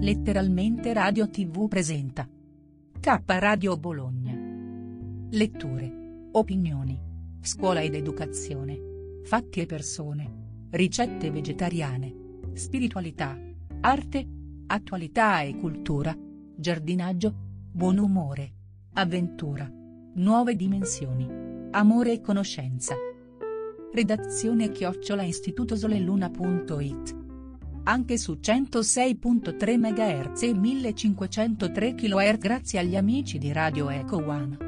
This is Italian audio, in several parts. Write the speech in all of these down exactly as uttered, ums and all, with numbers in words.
Letteralmente Radio tivù presenta K Radio Bologna. Letture, opinioni, scuola ed educazione, fatti e persone, ricette vegetariane, spiritualità, arte, attualità e cultura, giardinaggio, buon umore, avventura, nuove dimensioni, amore e conoscenza. Redazione chiocciola istitutosoleluna punto it. Anche su centosei virgola tre megahertz e millecinquecentotre chilohertz grazie agli amici di Radio Eco One.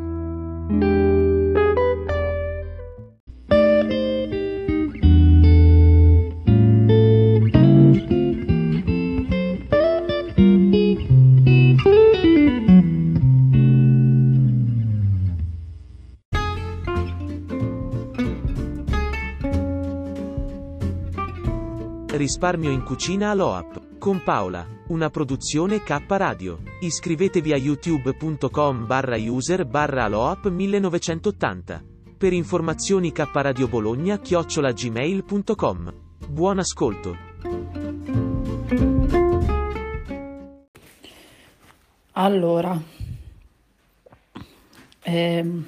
Risparmio in cucina all'O A P, con Paola, una produzione K Radio. Iscrivetevi a youtube punto com barra user barra aloap millenovecentottanta. Per informazioni K Radio Bologna chiocciola gmail punto com. Buon ascolto. Allora, ehm,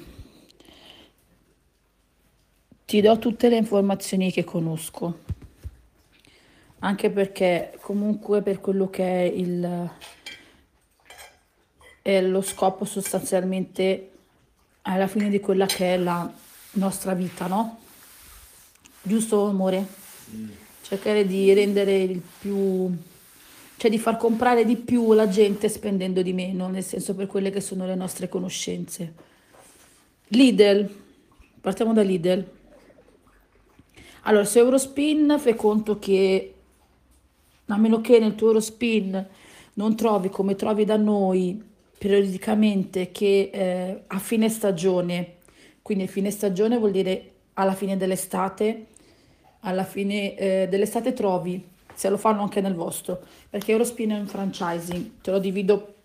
ti do tutte le informazioni che conosco. Anche perché comunque per quello che è il è lo scopo sostanzialmente alla fine di quella che è la nostra vita, no? Giusto, amore? Mm. Cercare di rendere il più, cioè di far comprare di più la gente spendendo di meno, nel senso per quelle che sono le nostre conoscenze. Lidl, partiamo da Lidl. Allora, su Eurospin fai conto che a meno che nel tuo Eurospin non trovi come trovi da noi periodicamente che eh, a fine stagione, quindi fine stagione vuol dire alla fine dell'estate, alla fine eh, dell'estate trovi, se lo fanno anche nel vostro, perché Eurospin è un franchising, te lo divido,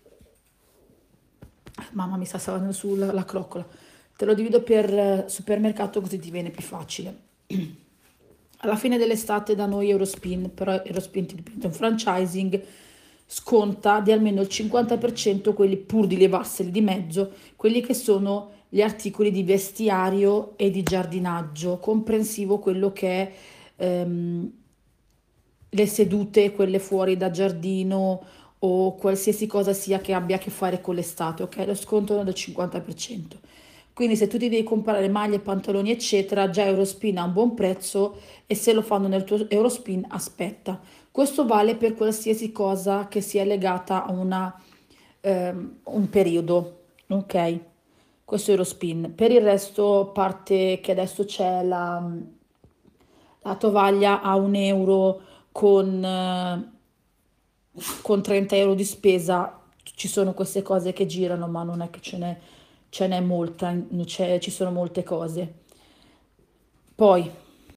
mamma mi sta salendo sulla la croccola, te lo divido per eh, supermercato così ti viene più facile. Alla fine dell'estate da noi Eurospin, però Eurospin ti ripeto, è un franchising, sconta di almeno il cinquanta per cento quelli pur di levarseli di mezzo, quelli che sono gli articoli di vestiario e di giardinaggio, comprensivo quello che è ehm, le sedute, quelle fuori da giardino o qualsiasi cosa sia che abbia a che fare con l'estate, ok? Lo sconto è del cinquanta per cento. Quindi se tu ti devi comprare maglie, pantaloni eccetera, già Eurospin ha un buon prezzo e se lo fanno nel tuo Eurospin aspetta. Questo vale per qualsiasi cosa che sia legata a una, ehm, un periodo, ok? Questo Eurospin. Per il resto, a parte che adesso c'è la, la tovaglia a un euro con, eh, con trenta euro di spesa, ci sono queste cose che girano, ma non è che ce n'è ce n'è molta, c'è, ci sono molte cose. Poi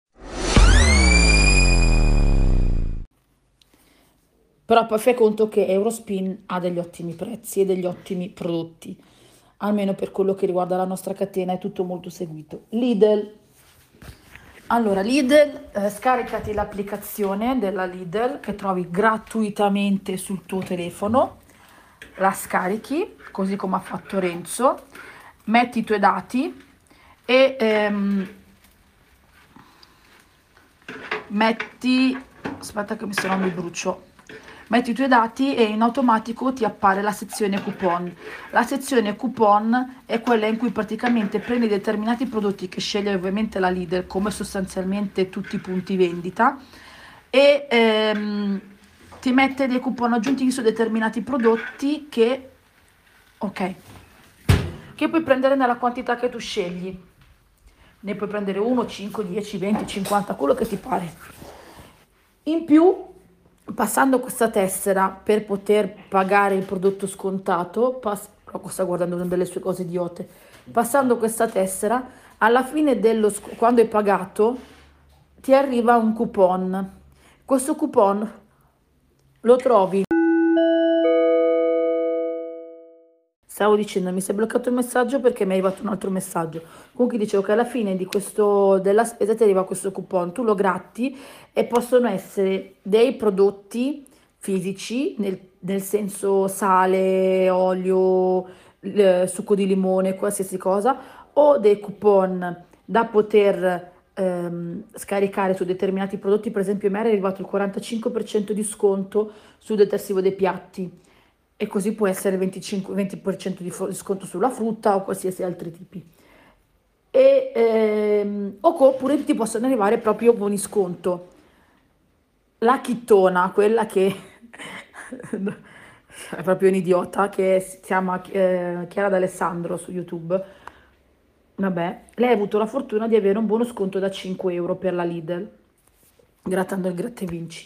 però poi fai conto che Eurospin ha degli ottimi prezzi e degli ottimi prodotti, almeno per quello che riguarda la nostra catena è tutto molto seguito. Lidl, allora Lidl, eh, scaricati l'applicazione della Lidl che trovi gratuitamente sul tuo telefono, la scarichi così come ha fatto Renzo, metti i tuoi dati e ehm, metti, aspetta che mi se no mi brucio, metti i tuoi dati e in automatico ti appare la sezione coupon. La sezione coupon è quella in cui praticamente prendi determinati prodotti che sceglie ovviamente la Lidl come sostanzialmente tutti i punti vendita e ehm, ti mette dei coupon aggiuntivi su determinati prodotti che, ok, che puoi prendere nella quantità che tu scegli. Ne puoi prendere uno, cinque, dieci, venti, cinquanta, quello che ti pare. In più, passando questa tessera per poter pagare il prodotto scontato, pass- Rocco sta guardando delle sue cose idiote, passando questa tessera, alla fine dello sc- quando hai pagato, ti arriva un coupon. Questo coupon lo trovi. Stavo dicendo, mi si è bloccato il messaggio perché mi è arrivato un altro messaggio. Comunque dicevo che alla fine di questo, della spesa ti arriva questo coupon, tu lo gratti e possono essere dei prodotti fisici, nel, nel senso sale, olio, l- succo di limone, qualsiasi cosa, o dei coupon da poter ehm, scaricare su determinati prodotti. Per esempio, a me era arrivato il quarantacinque per cento di sconto sul detersivo dei piatti, e così può essere venticinque, venti per cento di fo- di sconto sulla frutta o qualsiasi altri tipi. E, ehm, o co- oppure ti possono arrivare proprio buoni sconto. La chittona, quella che è proprio un idiota, che si chiama eh, Chiara D'Alessandro su YouTube. Vabbè, lei ha avuto la fortuna di avere un buono sconto da cinque euro per la Lidl, grattando il gratta e vinci.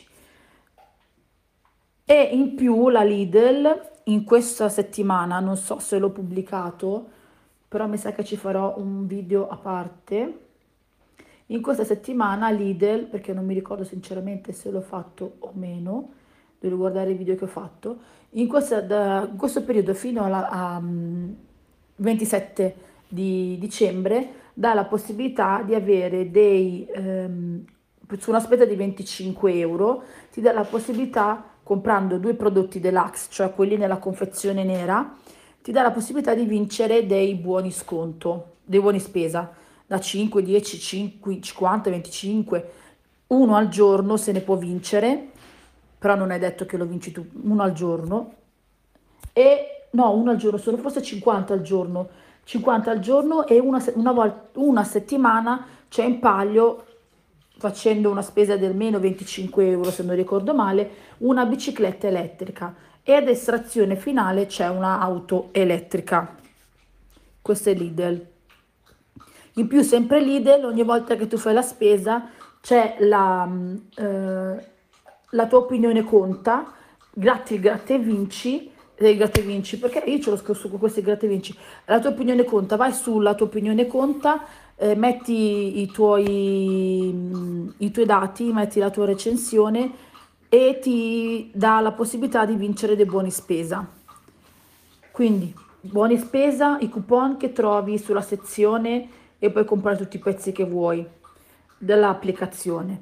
E in più la Lidl in questa settimana, non so se l'ho pubblicato, però mi sa che ci farò un video a parte. In questa settimana Lidl, perché non mi ricordo sinceramente se l'ho fatto o meno, devo guardare i video che ho fatto, in, questa, da, in questo periodo fino alla, a mm, ventisette di dicembre dà la possibilità di avere dei, ehm, su una spesa di venticinque euro, ti dà la possibilità, comprando due prodotti deluxe, cioè quelli nella confezione nera, ti dà la possibilità di vincere dei buoni sconto, dei buoni spesa da cinque, dieci, cinquanta, venticinque, uno al giorno se ne può vincere, però non è detto che lo vinci tu, uno al giorno, e no, uno al giorno, sono forse cinquanta al giorno, cinquanta al giorno, e una, se- una, vol- una settimana c'è in palio, facendo una spesa di almeno venticinque euro se non ricordo male, una bicicletta elettrica, e ad estrazione finale c'è un'auto elettrica. Questo è Lidl. In più, sempre Lidl, ogni volta che tu fai la spesa c'è la, mm, eh, la tua opinione conta, gratta il gratta e vinci, eh, il gratta e vinci, perché io ce l'ho scritto con questi gratta e vinci. La tua opinione conta, vai sulla tua opinione conta, eh, metti i tuoi, mm, i tuoi dati, metti la tua recensione e ti dà la possibilità di vincere dei buoni spesa. Quindi, buoni spesa, i coupon che trovi sulla sezione, e puoi comprare tutti i pezzi che vuoi dell'applicazione.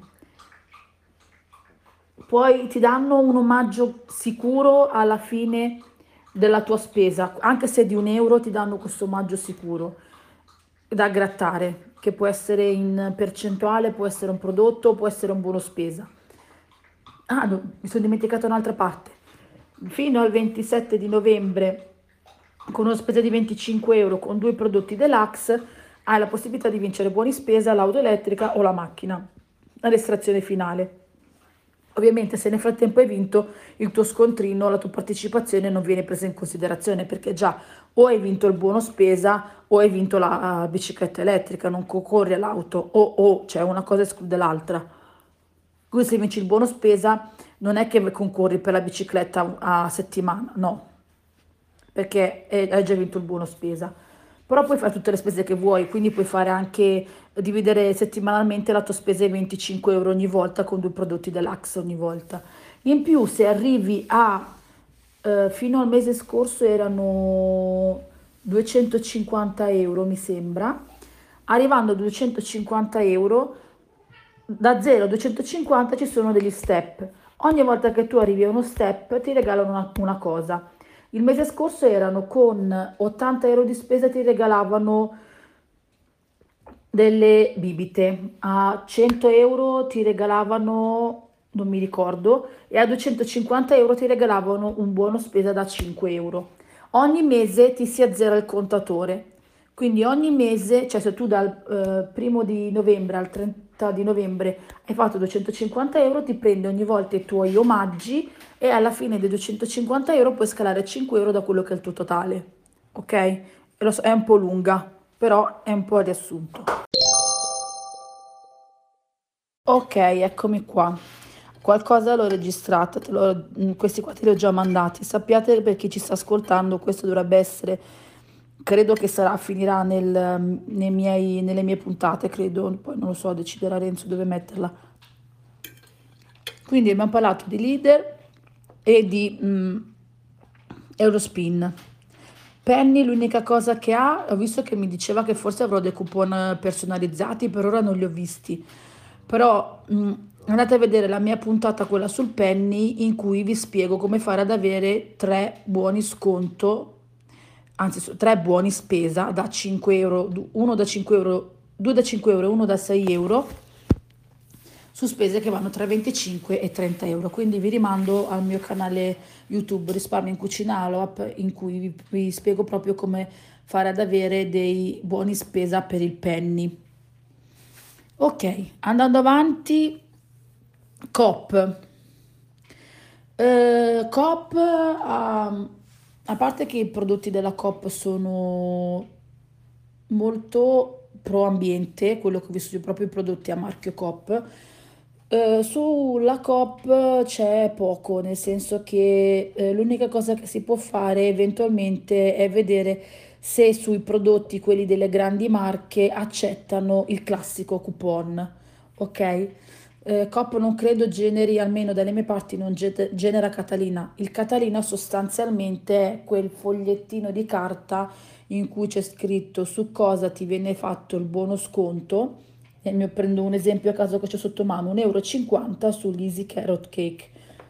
Poi ti danno un omaggio sicuro alla fine della tua spesa, anche se di un euro ti danno questo omaggio sicuro da grattare, che può essere in percentuale, può essere un prodotto, può essere un buono spesa. Ah, no, mi sono dimenticata un'altra parte. Fino al ventisette di novembre, con una spesa di venticinque euro, con due prodotti deluxe, hai la possibilità di vincere buoni spesa, l'auto elettrica o la macchina all'estrazione finale. Ovviamente, se nel frattempo hai vinto, il tuo scontrino, la tua partecipazione non viene presa in considerazione, perché già o hai vinto il buono spesa o hai vinto la uh, bicicletta elettrica, non concorri all'auto, o, o cioè una cosa esclude l'altra. Quindi se vinci il buono spesa non è che concorri per la bicicletta a settimana, no, perché hai già vinto il buono spesa. Però puoi fare tutte le spese che vuoi, quindi puoi fare anche, dividere settimanalmente la tua spesa in venticinque euro ogni volta, con due prodotti deluxe ogni volta. In più, se arrivi a, eh, fino al mese scorso erano duecentocinquanta euro, mi sembra, arrivando a duecentocinquanta euro, da zero a duecentocinquanta ci sono degli step. Ogni volta che tu arrivi a uno step ti regalano una, una cosa. Il mese scorso erano, con ottanta euro di spesa ti regalavano delle bibite, a cento euro ti regalavano, non mi ricordo, e a duecentocinquanta euro ti regalavano un buono spesa da cinque euro. Ogni mese ti si azzera il contatore, quindi ogni mese, cioè se tu dal eh, primo di novembre al trenta di novembre hai fatto duecentocinquanta euro, ti prende ogni volta i tuoi omaggi, e alla fine dei duecentocinquanta euro puoi scalare cinque euro da quello che è il tuo totale, ok? E lo so, è un po' lunga, però è un po' riassunto. Ok, eccomi qua. Qualcosa l'ho registrata, te l'ho- mm, questi qua te li ho già mandati. Sappiate, per chi ci sta ascoltando, questo dovrebbe essere, credo che sarà, finirà nel, mm, nei miei, nelle mie puntate, credo, poi non lo so, deciderà Renzo dove metterla. Quindi abbiamo parlato di leader e di mm, Eurospin. Penny l'unica cosa che ha, ho visto che mi diceva che forse avrò dei coupon personalizzati, per ora non li ho visti, però mh, andate a vedere la mia puntata, quella sul penny, in cui vi spiego come fare ad avere tre buoni sconto, anzi su- tre buoni spesa da cinque euro, du- uno da cinque euro, due da cinque euro e uno da sei euro, su spese che vanno tra venticinque e trenta euro. Quindi vi rimando al mio canale YouTube Risparmio in Cucina Aloap, in cui vi, vi spiego proprio come fare ad avere dei buoni spesa per il penny. Ok, andando avanti, Coop. Eh, Coop, ha- a parte che i prodotti della Coop sono molto pro ambiente, quello che ho visto, proprio i prodotti a marchio Coop. Eh, sulla Coop c'è poco, nel senso che eh, l'unica cosa che si può fare eventualmente è vedere se sui prodotti, quelli delle grandi marche, accettano il classico coupon, ok? Eh, Coop non credo generi, almeno dalle mie parti, non ge- genera Catalina. Il Catalina sostanzialmente è quel fogliettino di carta in cui c'è scritto su cosa ti viene fatto il buono sconto. E mi prendo un esempio a caso che c'è sotto mano, un euro e cinquanta sull'Easy Carrot Cake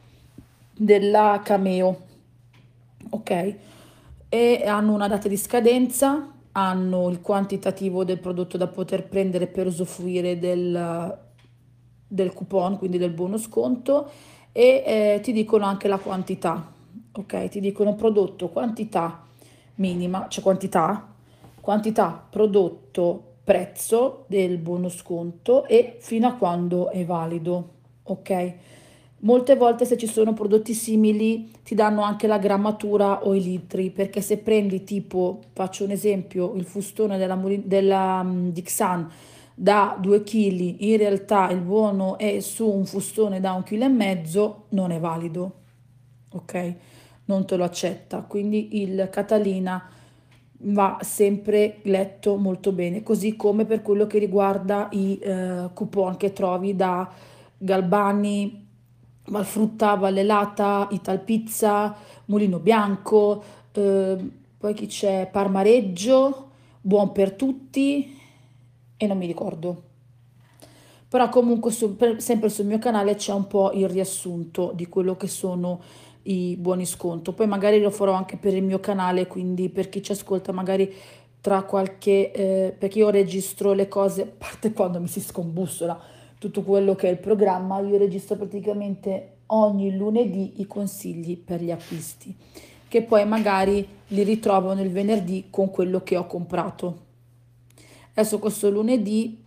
della Cameo, ok? E hanno una data di scadenza, hanno il quantitativo del prodotto da poter prendere per usufruire del, del coupon, quindi del buono sconto, e eh, ti dicono anche la quantità, ok? Ti dicono prodotto, quantità minima, cioè quantità, quantità, prodotto, prezzo del buono sconto e fino a quando è valido, ok? Molte volte se ci sono prodotti simili ti danno anche la grammatura o i litri, perché se prendi tipo, faccio un esempio, il fustone della, Muli- della mm, Dixan da due chili, in realtà il buono è su un fustone da un chilo e mezzo, non è valido, ok? Non te lo accetta, quindi il Catalina va sempre letto molto bene, così come per quello che riguarda i eh, coupon che trovi da Galbani, Valfrutta, Vallelata, Italpizza, Mulino Bianco, eh, poi chi c'è? Parmareggio, Buon per tutti e non mi ricordo. Però comunque su- per- sempre sul mio canale c'è un po' il riassunto di quello che sono i buoni sconto. Poi magari lo farò anche per il mio canale, quindi per chi ci ascolta magari tra qualche... eh, perché io registro le cose, a parte quando mi si scombussola tutto quello che è il programma, io registro praticamente ogni lunedì i consigli per gli acquisti, che poi magari li ritrovo nel venerdì con quello che ho comprato. Adesso questo lunedì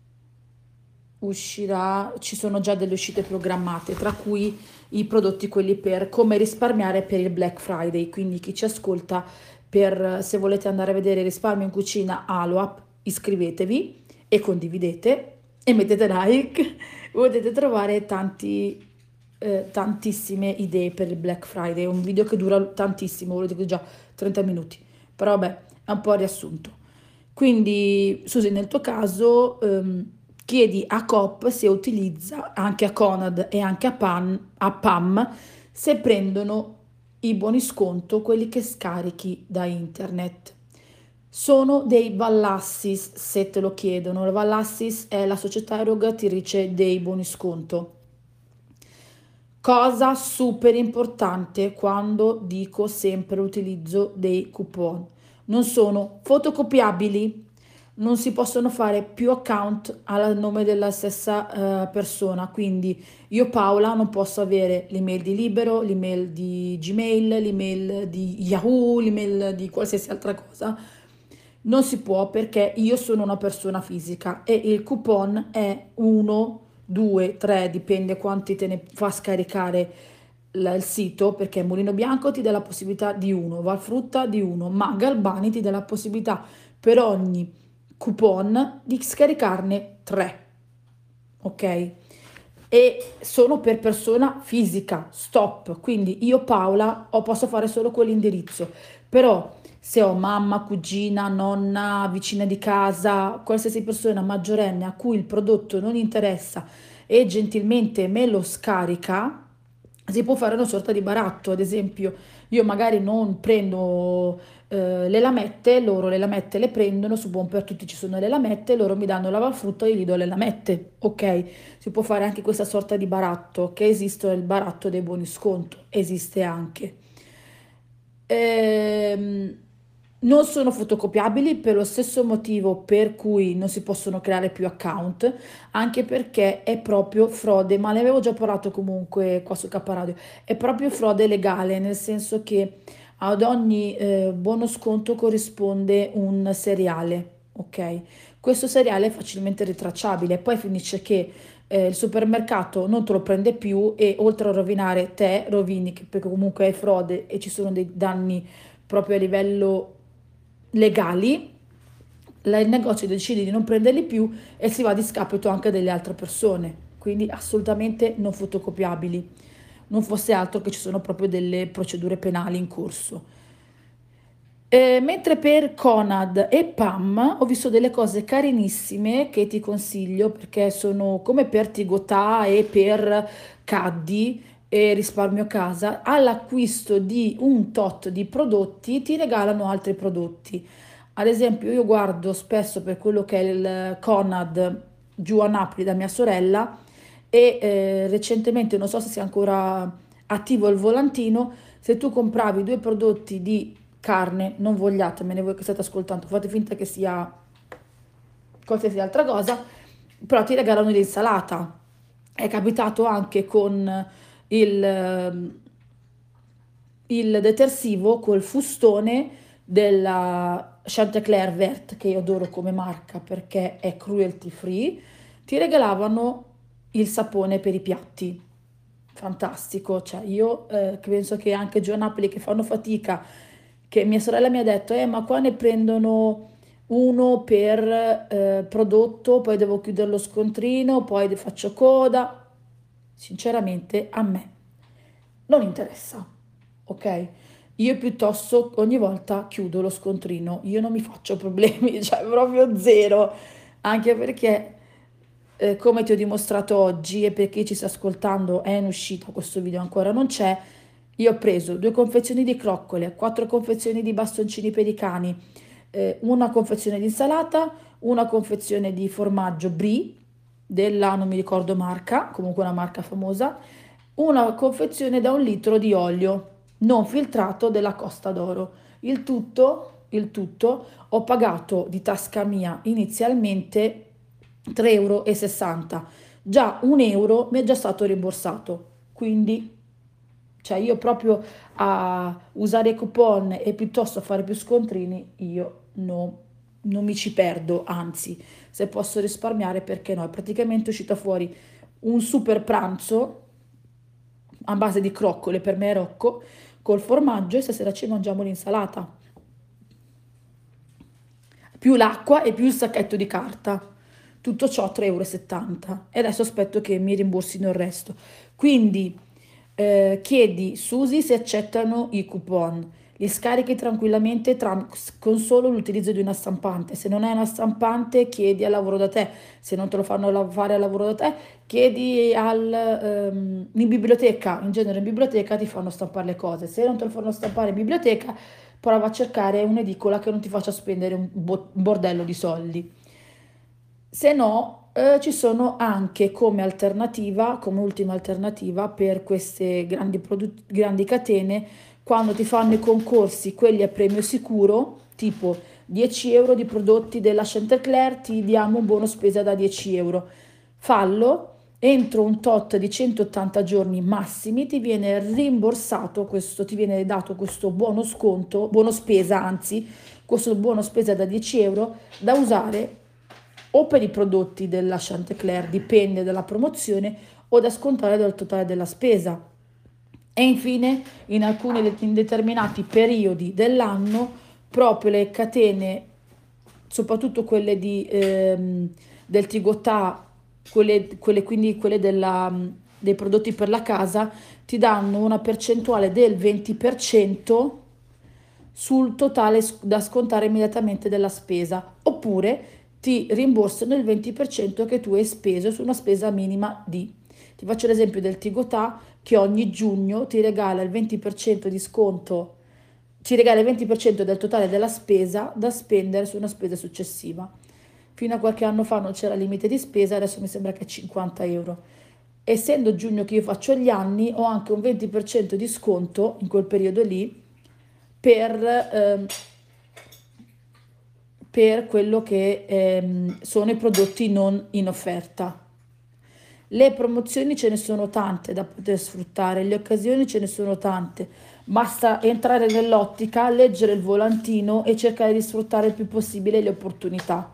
uscirà, ci sono già delle uscite programmate, tra cui i prodotti quelli per come risparmiare per il Black Friday, quindi chi ci ascolta, per se volete andare a vedere Risparmio in Cucina Aloap, iscrivetevi e condividete e mettete like, potete trovare tanti, eh, tantissime idee per il Black Friday, è un video che dura tantissimo, ve lo dico già, trenta minuti, però vabbè, è un po' riassunto. Quindi, Susi, nel tuo caso, ehm, chiedi a Coop se utilizza, anche a Conad e anche a, Pan, a Pam, se prendono i buoni sconto, quelli che scarichi da internet. Sono dei Vallassis, se te lo chiedono. La Vallassis è la società erogatrice dei buoni sconto. Cosa super importante quando dico sempre l'utilizzo dei coupon. Non sono fotocopiabili, non si possono fare più account al nome della stessa eh, persona, quindi io Paola non posso avere l'email di Libero, l'email di Gmail, l'email di Yahoo, l'email di qualsiasi altra cosa. Non si può perché io sono una persona fisica e il coupon è uno, due, tre, dipende quanti te ne fa scaricare l- il sito, perché Mulino Bianco ti dà la possibilità di uno, Valfrutta di uno, ma Galbani ti dà la possibilità per ogni coupon di scaricarne tre, ok? E sono per persona fisica, stop. Quindi io Paola ho, posso fare solo quell'indirizzo, però se ho mamma, cugina, nonna, vicina di casa, qualsiasi persona maggiorenne a cui il prodotto non interessa e gentilmente me lo scarica, si può fare una sorta di baratto. Ad esempio, io magari non prendo eh, le lamette, loro le lamette le prendono, su Buon per Tutti ci sono le lamette, loro mi danno l'avalfrutta e io gli do le lamette, ok? Si può fare anche questa sorta di baratto, che esiste il baratto dei buoni sconto, esiste anche. Ehm, non sono fotocopiabili per lo stesso motivo per cui non si possono creare più account, anche perché è proprio frode, ma ne avevo già parlato comunque qua su K Radio, è proprio frode legale, nel senso che ad ogni eh, buono sconto corrisponde un seriale, ok? Questo seriale è facilmente ritracciabile, poi finisce che eh, il supermercato non te lo prende più e oltre a rovinare te, rovini, che- perché comunque è frode e ci sono dei danni proprio a livello legali, la- il negozio decide di non prenderli più e si va a discapito anche delle altre persone, quindi assolutamente non fotocopiabili. Non fosse altro che ci sono proprio delle procedure penali in corso. Eh, mentre per Conad e Pam ho visto delle cose carinissime che ti consiglio perché sono come per Tigotà e per Caddi e Risparmio Casa. All'acquisto di un tot di prodotti ti regalano altri prodotti. Ad esempio, io guardo spesso per quello che è il Conad giù a Napoli da mia sorella e eh, recentemente, non so se sia ancora attivo il volantino, se tu compravi due prodotti di carne, non vogliatemene voi che state ascoltando, fate finta che sia qualsiasi altra cosa, però ti regalano l'insalata. È capitato anche con il, ehm, il detersivo col fustone della Chanticleer Vert, che io adoro come marca perché è cruelty free, ti regalavano il sapone per i piatti. Fantastico, cioè io eh, penso che anche giù a Napoli che fanno fatica, che mia sorella mi ha detto, eh, ma qua ne prendono uno per eh, prodotto, poi devo chiudere lo scontrino, poi faccio coda. Sinceramente a me non interessa, ok? Io piuttosto ogni volta chiudo lo scontrino, io non mi faccio problemi, cioè proprio zero, anche perché eh, come ti ho dimostrato oggi e per chi ci sta ascoltando è in uscita, questo video ancora non c'è, io ho preso due confezioni di croccole, quattro confezioni di bastoncini per i cani, eh, una confezione di insalata, una confezione di formaggio Brie, della non mi ricordo marca, comunque una marca famosa, una confezione da un litro di olio non filtrato della Costa d'Oro. Il tutto, il tutto ho pagato di tasca mia inizialmente tre e sessanta euro. Già un euro mi è già stato rimborsato, quindi cioè io proprio a usare i coupon e piuttosto a fare più scontrini, io no, non mi ci perdo, anzi, se posso risparmiare perché no, è praticamente uscita fuori un super pranzo a base di croccole per me e Rocco, col formaggio e stasera ci mangiamo l'insalata, più l'acqua e più il sacchetto di carta. Tutto ciò tre e settanta euro e adesso aspetto che mi rimborsino il resto. Quindi eh, chiedi Susi se accettano i coupon, li scarichi tranquillamente tra- con solo l'utilizzo di una stampante. Se non è una stampante, chiedi al lavoro da te. Se non te lo fanno la- fare al lavoro da te, chiedi al, ehm, in biblioteca. In genere in biblioteca ti fanno stampare le cose. Se non te lo fanno stampare in biblioteca, prova a cercare un'edicola che non ti faccia spendere un bo- un bordello di soldi. Se no, eh, ci sono anche come alternativa, come ultima alternativa per queste grandi, produ- grandi catene, quando ti fanno i concorsi, quelli a premio sicuro, tipo dieci euro di prodotti della Chanticleer, ti diamo un buono spesa da dieci euro. Fallo, entro un tot di centottanta giorni massimi ti viene rimborsato questo, ti viene dato questo buono sconto, buono spesa anzi, questo buono spesa da dieci euro da usare o per i prodotti della Chanticleer, dipende dalla promozione, o da scontare dal totale della spesa. E infine, in alcuni in determinati periodi dell'anno, proprio le catene, soprattutto quelle di, ehm, del Tigotà, quelle, quelle, quindi quelle della, dei prodotti per la casa, ti danno una percentuale del venti per cento sul totale da scontare immediatamente della spesa, oppure ti rimborsano il venti per cento che tu hai speso su una spesa minima di. Ti faccio l'esempio del Tigotà che ogni giugno ti regala il venti per cento di sconto ti regala il venti per cento del totale della spesa da spendere su una spesa successiva. Fino a qualche anno fa non c'era limite di spesa, adesso mi sembra che è cinquanta euro. Essendo giugno che io faccio gli anni, ho anche un venti per cento di sconto in quel periodo lì per, ehm, per quello che ehm, sono i prodotti non in offerta. Le promozioni ce ne sono tante da poter sfruttare, le occasioni ce ne sono tante, basta entrare nell'ottica, leggere il volantino e cercare di sfruttare il più possibile le opportunità.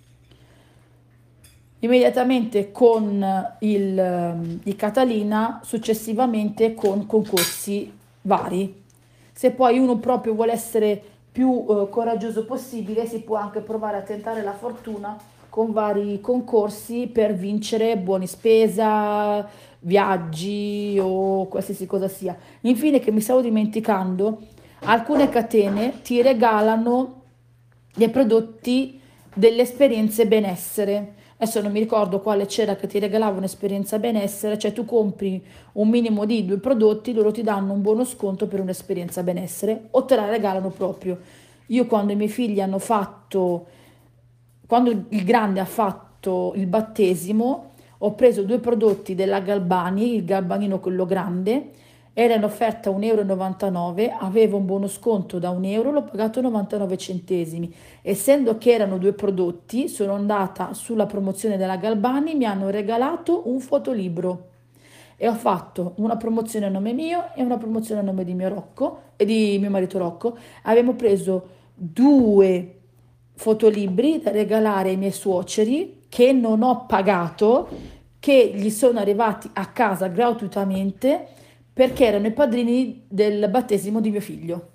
Immediatamente con il, il Catalina, successivamente con concorsi vari. Se poi uno proprio vuole essere più eh, coraggioso possibile, si può anche provare a tentare la fortuna con vari concorsi per vincere buoni spesa, viaggi o qualsiasi cosa sia. Infine, che mi stavo dimenticando, alcune catene ti regalano dei prodotti delle esperienze benessere. Adesso non mi ricordo quale c'era che ti regalava un'esperienza benessere, cioè tu compri un minimo di due prodotti, loro ti danno un buono sconto per un'esperienza benessere o te la regalano proprio. Io quando i miei figli hanno fatto, quando il grande ha fatto il battesimo, ho preso due prodotti della Galbani, il galbanino quello grande, era in offerta un euro e novantanove, avevo un buono sconto da un euro, l'ho pagato novantanove centesimi. Essendo che erano due prodotti, sono andata sulla promozione della Galbani, mi hanno regalato un fotolibro e ho fatto una promozione a nome mio e una promozione a nome di mio Rocco e di mio marito Rocco. Abbiamo preso due fotolibri da regalare ai miei suoceri che non ho pagato, che gli sono arrivati a casa gratuitamente perché erano i padrini del battesimo di mio figlio.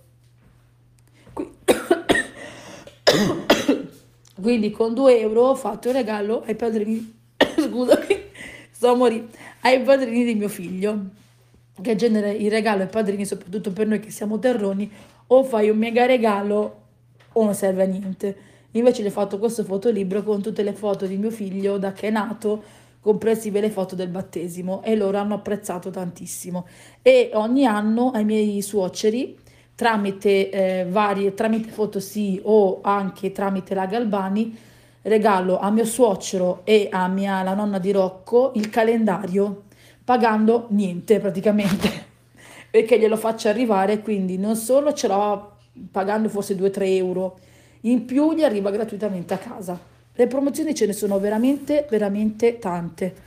Quindi con due euro ho fatto il regalo ai padrini, scusami, sto a morire, ai padrini di mio figlio, che in genere il regalo ai padrini, soprattutto per noi che siamo terroni, o fai un mega regalo o non serve a niente. Invece gli ho fatto questo fotolibro con tutte le foto di mio figlio da che è nato, comprensive le foto del battesimo, e loro hanno apprezzato tantissimo. E ogni anno ai miei suoceri, tramite eh, varie, tramite Photosì o anche tramite la Galbani, regalo a mio suocero e a mia, la nonna di Rocco il calendario, pagando niente praticamente, perché glielo faccio arrivare, quindi non solo ce l'ho pagando forse due tre euro, in più gli arriva gratuitamente a casa. Le promozioni ce ne sono veramente, veramente tante.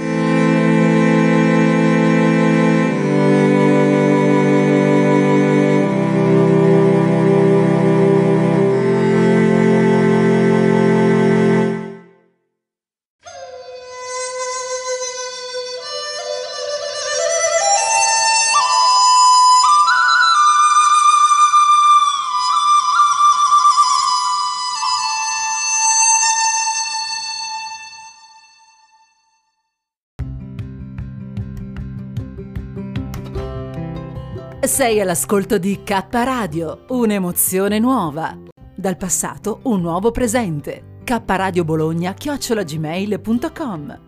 Sei all'ascolto di K Radio, un'emozione nuova. Dal passato un nuovo presente. K Radio Bologna chiocciola gmail punto com